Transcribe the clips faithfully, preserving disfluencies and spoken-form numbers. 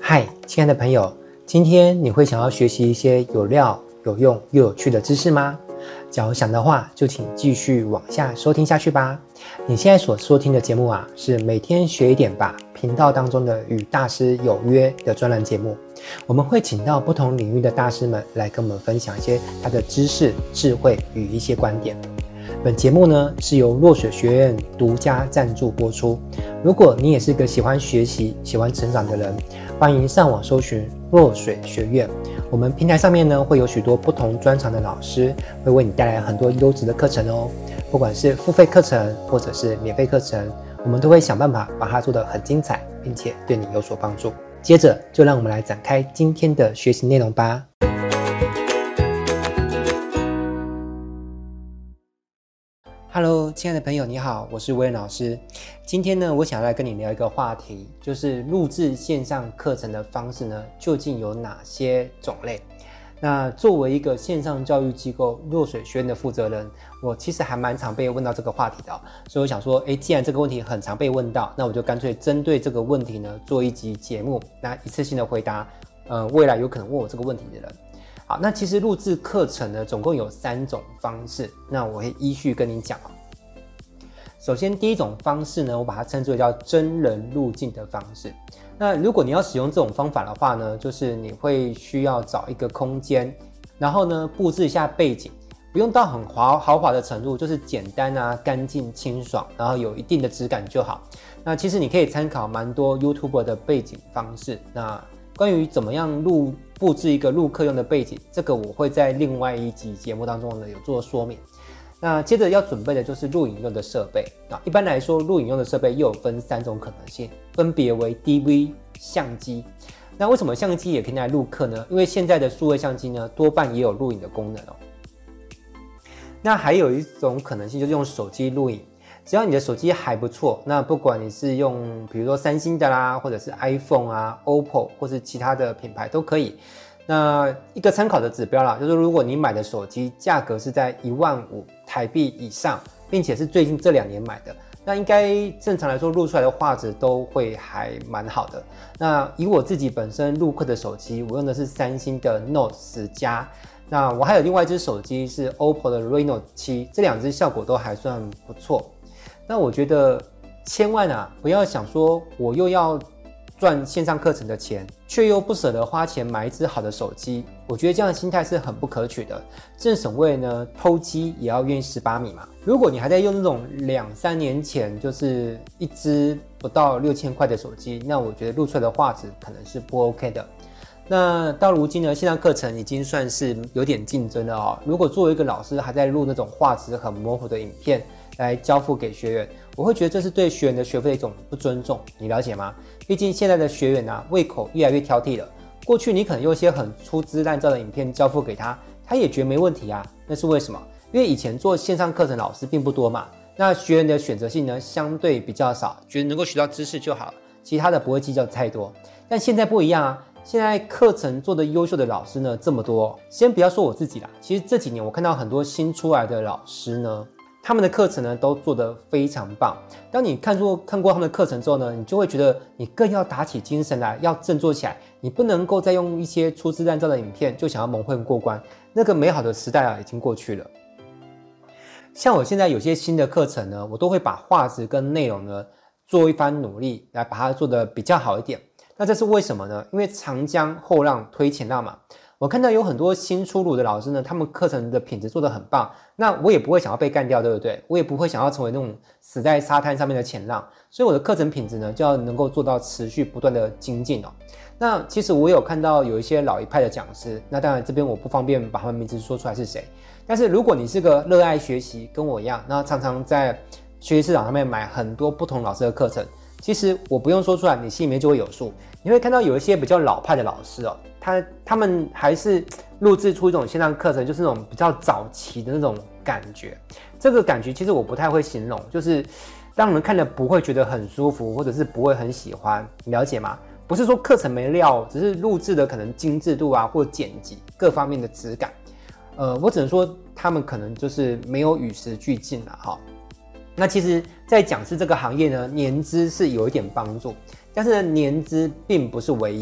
嗨，亲爱的朋友，今天你会想要学习一些有料、有用又有趣的知识吗？假如想的话，就请继续往下收听下去吧。你现在所收听的节目啊，是每天学一点吧频道当中的与大师有约的专栏节目。我们会请到不同领域的大师们来跟我们分享一些他的知识、智慧与一些观点。本节目呢是由落水学院独家赞助播出。如果你也是个喜欢学习、喜欢成长的人，欢迎上网搜寻落水学院。我们平台上面呢会有许多不同专长的老师，会为你带来很多优质的课程哦。不管是付费课程或者是免费课程，我们都会想办法把它做得很精彩，并且对你有所帮助。接着就让我们来展开今天的学习内容吧。Hello， 亲爱的朋友，你好，我是威恩老师。今天呢，我想要来跟你聊一个话题，就是录制线上课程的方式呢，究竟有哪些种类？那作为一个线上教育机构落水学院的负责人，我其实还蛮常被问到这个话题的、哦，所以我想说，诶，既然这个问题很常被问到，那我就干脆针对这个问题呢，做一集节目，那一次性的回答，呃，未来有可能问我这个问题的人。好，那其实录制课程呢，总共有三种方式，那我会依序跟你讲哦。首先，第一种方式呢，我把它称之为叫真人入镜的方式。那如果你要使用这种方法的话呢，就是你会需要找一个空间，然后呢布置一下背景，不用到很豪豪华的程度，就是简单啊、干净、清爽，然后有一定的质感就好。那其实你可以参考蛮多 YouTuber 的背景方式。那关于怎么样录布置一个录课用的背景，这个我会在另外一集节目当中呢有做说明。那接着要准备的就是录影用的设备啊。一般来说，录影用的设备又有分三种可能性，分别为 D V 相机。那为什么相机也可以拿来录课呢？因为现在的数位相机呢，多半也有录影的功能哦。那还有一种可能性就是用手机录影。只要你的手机还不错，那不管你是用比如说三星的啦，或者是 iPhone 啊、O P P O 或是其他的品牌都可以。那一个参考的指标啦，就是如果你买的手机价格是在一万五台币以上，并且是最近这两年买的，那应该正常来说录出来的画质都会还蛮好的。那以我自己本身录课的手机，我用的是三星的 Note 十加，那我还有另外一只手机是 O P P O 的 Reno 七，这两只效果都还算不错。那我觉得千万啊不要想说我又要赚线上课程的钱，却又不舍得花钱买一只好的手机，我觉得这样的心态是很不可取的。正所谓呢，偷鸡也要愿十八米嘛。如果你还在用那种两三年前就是一只不到六千块的手机，那我觉得录出来的画质可能是不 OK 的。那到如今呢，线上课程已经算是有点竞争了哦。如果作为一个老师还在录那种画质很模糊的影片来交付给学员，我会觉得这是对学员的学费的一种不尊重，你了解吗？毕竟现在的学员啊，胃口越来越挑剔了。过去你可能用一些很粗制滥造的影片交付给他，他也觉得没问题啊。那是为什么？因为以前做线上课程老师并不多嘛，那学员的选择性呢相对比较少，觉得能够学到知识就好了，其他的不会计较太多。但现在不一样啊。现在课程做的优秀的老师呢这么多，先不要说我自己啦，其实这几年我看到很多新出来的老师呢，他们的课程呢都做得非常棒。当你看过看过他们的课程之后呢，你就会觉得你更要打起精神来，要振作起来。你不能够再用一些粗制滥造的影片就想要蒙混过关，那个美好的时代啊已经过去了。像我现在有些新的课程呢，我都会把画质跟内容呢做一番努力，来把它做得比较好一点。那这是为什么呢？因为长江后浪推前浪嘛。我看到有很多新出炉的老师呢，他们课程的品质做得很棒，那我也不会想要被干掉，对不对？我也不会想要成为那种死在沙滩上面的前浪，所以我的课程品质呢，就要能够做到持续不断的精进哦。那其实我有看到有一些老一派的讲师，那当然这边我不方便把他们名字说出来是谁，但是如果你是个热爱学习，跟我一样，那常常在学习市场上面买很多不同老师的课程，其实我不用说出来，你心里面就会有数。你会看到有一些比较老派的老师哦，他他们还是录制出一种线上课程，就是那种比较早期的那种感觉。这个感觉其实我不太会形容，就是让人看了不会觉得很舒服，或者是不会很喜欢，你了解吗？不是说课程没料，只是录制的可能精致度啊，或剪辑各方面的质感，呃，我只能说他们可能就是没有与时俱进啦哈。那其实，在讲师这个行业呢，年资是有一点帮助。但是呢，年资并不是唯一。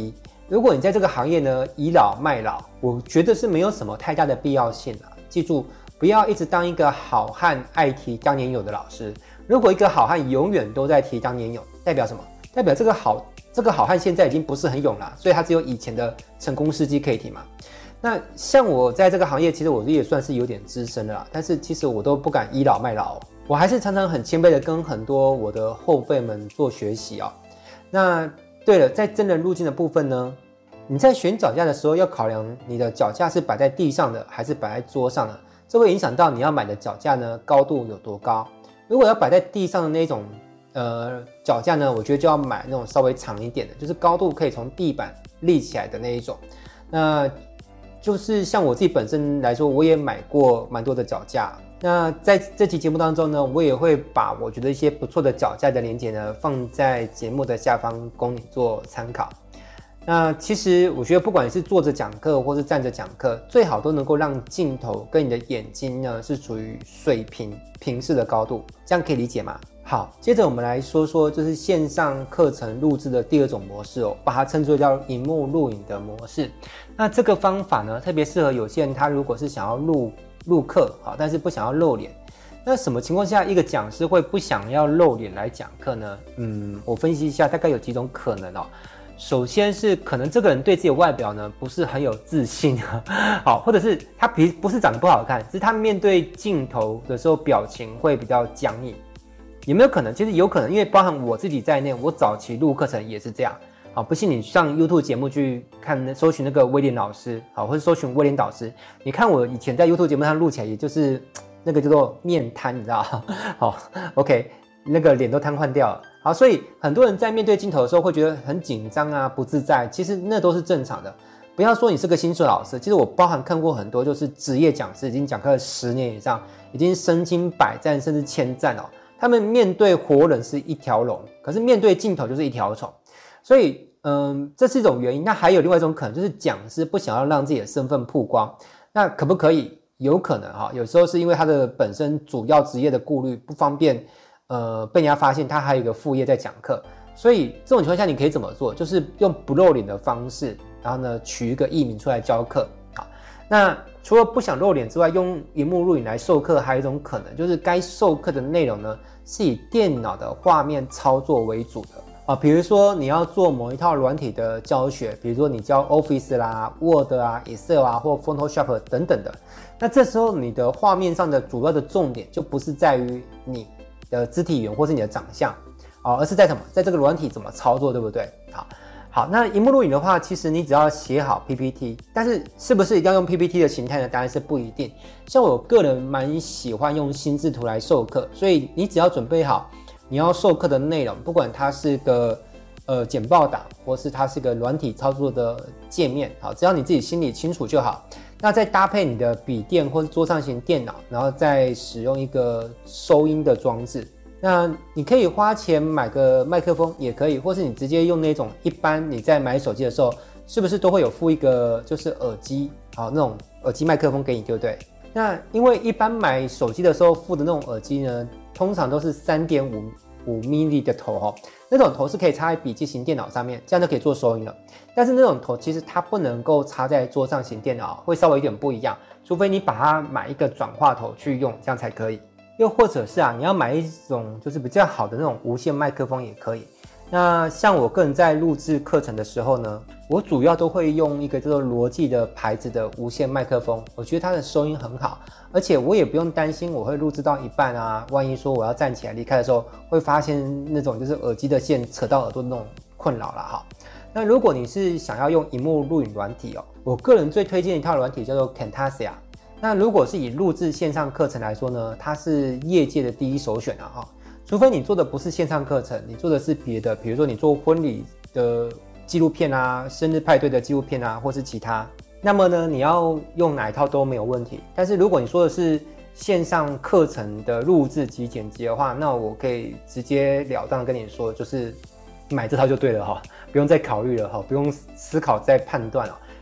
如果你在这个行业呢倚老卖老，我觉得是没有什么太大的必要性啊。记住，不要一直当一个好汉爱提当年勇的老师。如果一个好汉永远都在提当年勇，代表什么？代表这个好这个好汉现在已经不是很勇了，所以他只有以前的成功事迹可以提嘛。那像我在这个行业，其实我也算是有点资深了啦，但是其实我都不敢倚老卖老，我还是常常很谦卑的跟很多我的后辈们做学习哦。那对了，在真人路径的部分呢，你在选脚架的时候要考量你的脚架是摆在地上的还是摆在桌上的，这会影响到你要买的脚架呢高度有多高。如果要摆在地上的那种呃脚架呢，我觉得就要买那种稍微长一点的，就是高度可以从地板立起来的那一种。那就是像我自己本身来说，我也买过蛮多的脚架。那在这期节目当中呢，我也会把我觉得一些不错的脚架的连结呢放在节目的下方供你做参考。那其实我觉得不管是坐着讲课或是站着讲课，最好都能够让镜头跟你的眼睛呢是处于水平平视的高度，这样可以理解吗？好，接着我们来说说就是线上课程录制的第二种模式哦，把它称作叫萤幕录影的模式。那这个方法呢，特别适合有些人他如果是想要录录课好，但是不想要露脸。那什么情况下一个讲师会不想要露脸来讲课呢？嗯，我分析一下，大概有几种可能哦。首先是可能这个人对自己的外表呢不是很有自信好，或者是他不是长得不好看，是他面对镜头的时候表情会比较僵硬。有没有可能？其实有可能，因为包含我自己在内，我早期录课程也是这样。好，不信你上 YouTube 节目去看，搜寻那个威廉老师，好，或者搜寻威廉导师，你看我以前在 YouTube 节目上录起来，也就是那个叫做面瘫，你知道吗？好 ，OK， 那个脸都瘫痪掉了。好，所以很多人在面对镜头的时候会觉得很紧张啊，不自在，其实那都是正常的。不要说你是个新手老师，其实我包含看过很多就是职业讲师，已经讲课了十年以上，已经身经百战甚至千战哦。他们面对活人是一条龙，可是面对镜头就是一条虫，所以嗯，这是一种原因。那还有另外一种可能，就是讲师不想要让自己的身份曝光，那可不可以？有可能哈，有时候是因为他的本身主要职业的顾虑，不方便呃被人家发现他还有一个副业在讲课，所以这种情况下你可以怎么做？就是用不露脸的方式，然后呢取一个艺名出来教课。好，那除了不想露脸之外，用萤幕录影来授课，还有一种可能就是该授课的内容呢是以电脑的画面操作为主的啊，比如说你要做某一套软体的教学，比如说你教 Office 啦、Word 啊、Excel 啊或 Photoshop 等等的，那这时候你的画面上的主要的重点就不是在于你的肢体语言或是你的长相啊，而是在什么？在这个软体怎么操作，对不对？好。好，那萤幕录影的话，其实你只要写好 P P T， 但是是不是一定要用 P P T 的形态呢？当然是不一定。像我个人蛮喜欢用心智图来授课，所以你只要准备好你要授课的内容，不管它是个呃简报档，或是它是个软体操作的界面，好，只要你自己心里清楚就好。那再搭配你的笔电或是桌上型电脑，然后再使用一个收音的装置。那你可以花钱买个麦克风也可以，或是你直接用那种一般你在买手机的时候，是不是都会有附一个就是耳机，好，那种耳机麦克风给你，对不对？那因为一般买手机的时候附的那种耳机呢，通常都是 三点五 毫米的头哦，那种头是可以插在笔记型电脑上面，这样就可以做收音了。但是那种头其实它不能够插在桌上型电脑，会稍微有点不一样，除非你把它买一个转化头去用，这样才可以。又或者是啊，你要买一种就是比较好的那种无线麦克风也可以。那像我个人在录制课程的时候呢，我主要都会用一个叫做罗技的牌子的无线麦克风，我觉得它的收音很好，而且我也不用担心我会录制到一半啊，万一说我要站起来离开的时候，会发现那种就是耳机的线扯到耳朵的那种困扰啦哈。那如果你是想要用萤幕录影软体哦，我个人最推荐一套软体叫做 Camtasia。那如果是以录制线上课程来说呢，它是业界的第一首选啊哈，除非你做的不是线上课程，你做的是别的，比如说你做婚礼的纪录片啊，生日派对的纪录片啊，或是其他，那么呢，你要用哪一套都没有问题。但是如果你说的是线上课程的录制及剪辑的话，那我可以直截了当跟你说，就是买这套就对了哈，不用再考虑了哈，不用思考再判断了。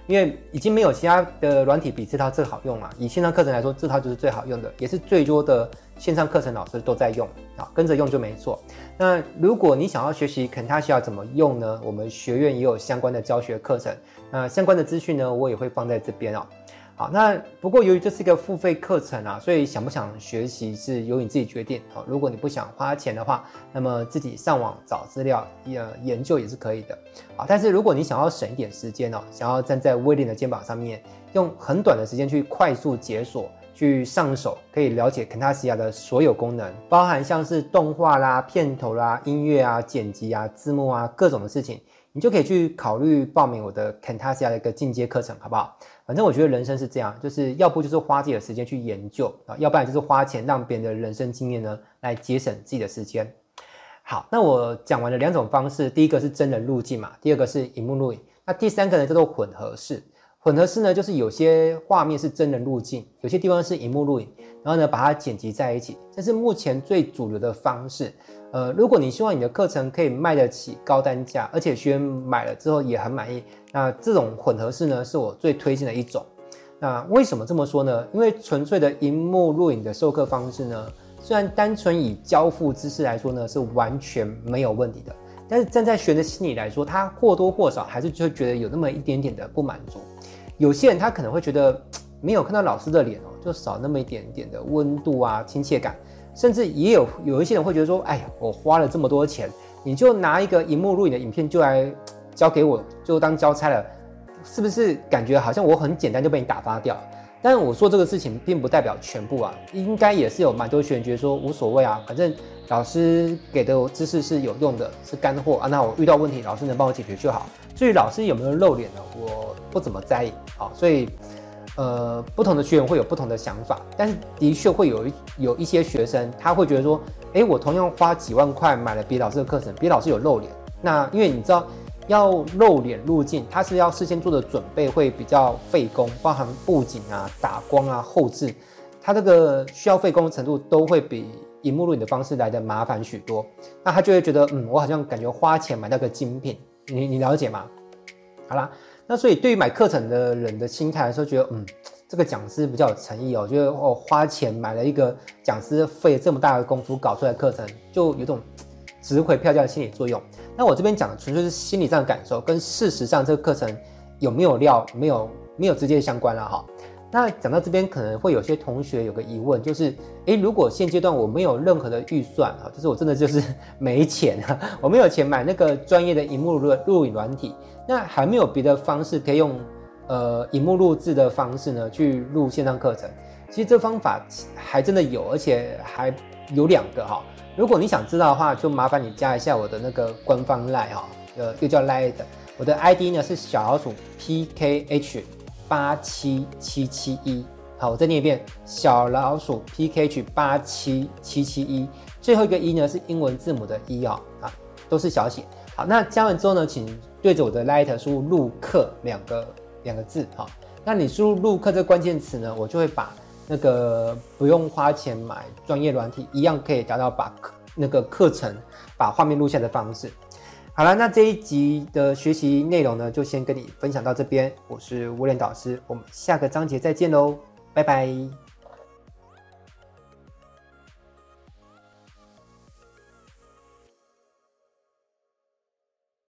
因为已经没有其他的软体比这套最好用了。以线上课程来说，这套就是最好用的，也是最多的线上课程老师都在用啊，跟着用就没错。那如果你想要学习 Camtasia 怎么用呢？我们学院也有相关的教学课程，那相关的资讯呢，我也会放在这边哦。好，那不过由于这是一个付费课程啊，所以想不想学习是由你自己决定。好，如果你不想花钱的话，那么自己上网找资料、呃研究也是可以的。好，但是如果你想要省一点时间哦，想要站在威廉的肩膀上面，用很短的时间去快速解锁、去上手，可以了解 Camtasia 的所有功能，包含像是动画啦、片头啦、音乐啊、剪辑啊、字幕啊各种的事情，你就可以去考虑报名我的 Camtasia 的一个进阶课程，好不好？反正我觉得人生是这样，就是要不就是花自己的时间去研究啊，要不然就是花钱让别人的人生经验呢来节省自己的时间。好，那我讲完了两种方式，第一个是真人路径嘛，第二个是萤幕录影，那第三个呢叫做混合式。混合式呢就是有些画面是真人路径，有些地方是萤幕录影，然后呢把它剪辑在一起，这是目前最主流的方式。呃，如果你希望你的课程可以卖得起高单价，而且学员买了之后也很满意，那这种混合式呢是我最推荐的一种。那为什么这么说呢？因为纯粹的萤幕录影的授课方式呢，虽然单纯以交付知识来说呢是完全没有问题的，但是站在学员的心理来说，他或多或少还是就会觉得有那么一点点的不满足。有些人他可能会觉得没有看到老师的脸哦，就少那么一点点的温度啊、亲切感。甚至也有有一些人会觉得说，哎呀，我花了这么多钱，你就拿一个萤幕录影的影片就来交给我，就当交差了，是不是感觉好像我很简单就被你打发掉？但是我说这个事情并不代表全部啊，应该也是有蛮多学员觉得说无所谓啊，反正老师给的知识是有用的，是干货啊，那我遇到问题老师能帮我解决就好。至于老师有没有露脸呢，我不怎么在意。好，所以。呃，不同的学员会有不同的想法，但是的确会有一有一些学生，他会觉得说，哎，我同样花几万块买了别老师的课程，别老师有露脸，那因为你知道要露脸入镜，他是要事先做的准备会比较费工，包含布景啊、打光啊、后置，他这个需要费工的程度都会比萤幕录影的方式来的麻烦许多，那他就会觉得，嗯，我好像感觉花钱买到个精品，你你了解吗？好啦。那所以对于买课程的人的心态来说，觉得嗯，这个讲师比较有诚意哦，觉得哦花钱买了一个讲师费这么大的功夫搞出来的课程，就有种值回票价的心理作用。那我这边讲的纯粹是心理上的感受，跟事实上这个课程有没有料，没有没有直接相关了哈。那讲到这边，可能会有些同学有个疑问，就是，诶，如果现阶段我没有任何的预算啊，就是我真的就是没钱啊，我没有钱买那个专业的萤幕录影软体，那还没有别的方式可以用呃萤幕录制的方式呢去录线上课程？其实这方法还真的有，而且还有两个哈。如果你想知道的话，就麻烦你加一下我的那个官方 LINE 哈，呃，又叫 LINE 的，我的 I D 呢是小老鼠 P K H。八七七七一，好，我再念一遍，小老鼠 P K H 八七七七一，最后一个一呢是英文字母的一哦，啊，都是小写。好，那加完之后呢，请对着我的 Light 输入录课两个两个字，好，那你输入录课这个关键词呢，我就会把那个不用花钱买专业软体，一样可以达到把那个课程把画面录下的方式。好了，那这一集的学习内容呢，就先跟你分享到这边。我是威廉导师，我们下个章节再见喽，拜拜。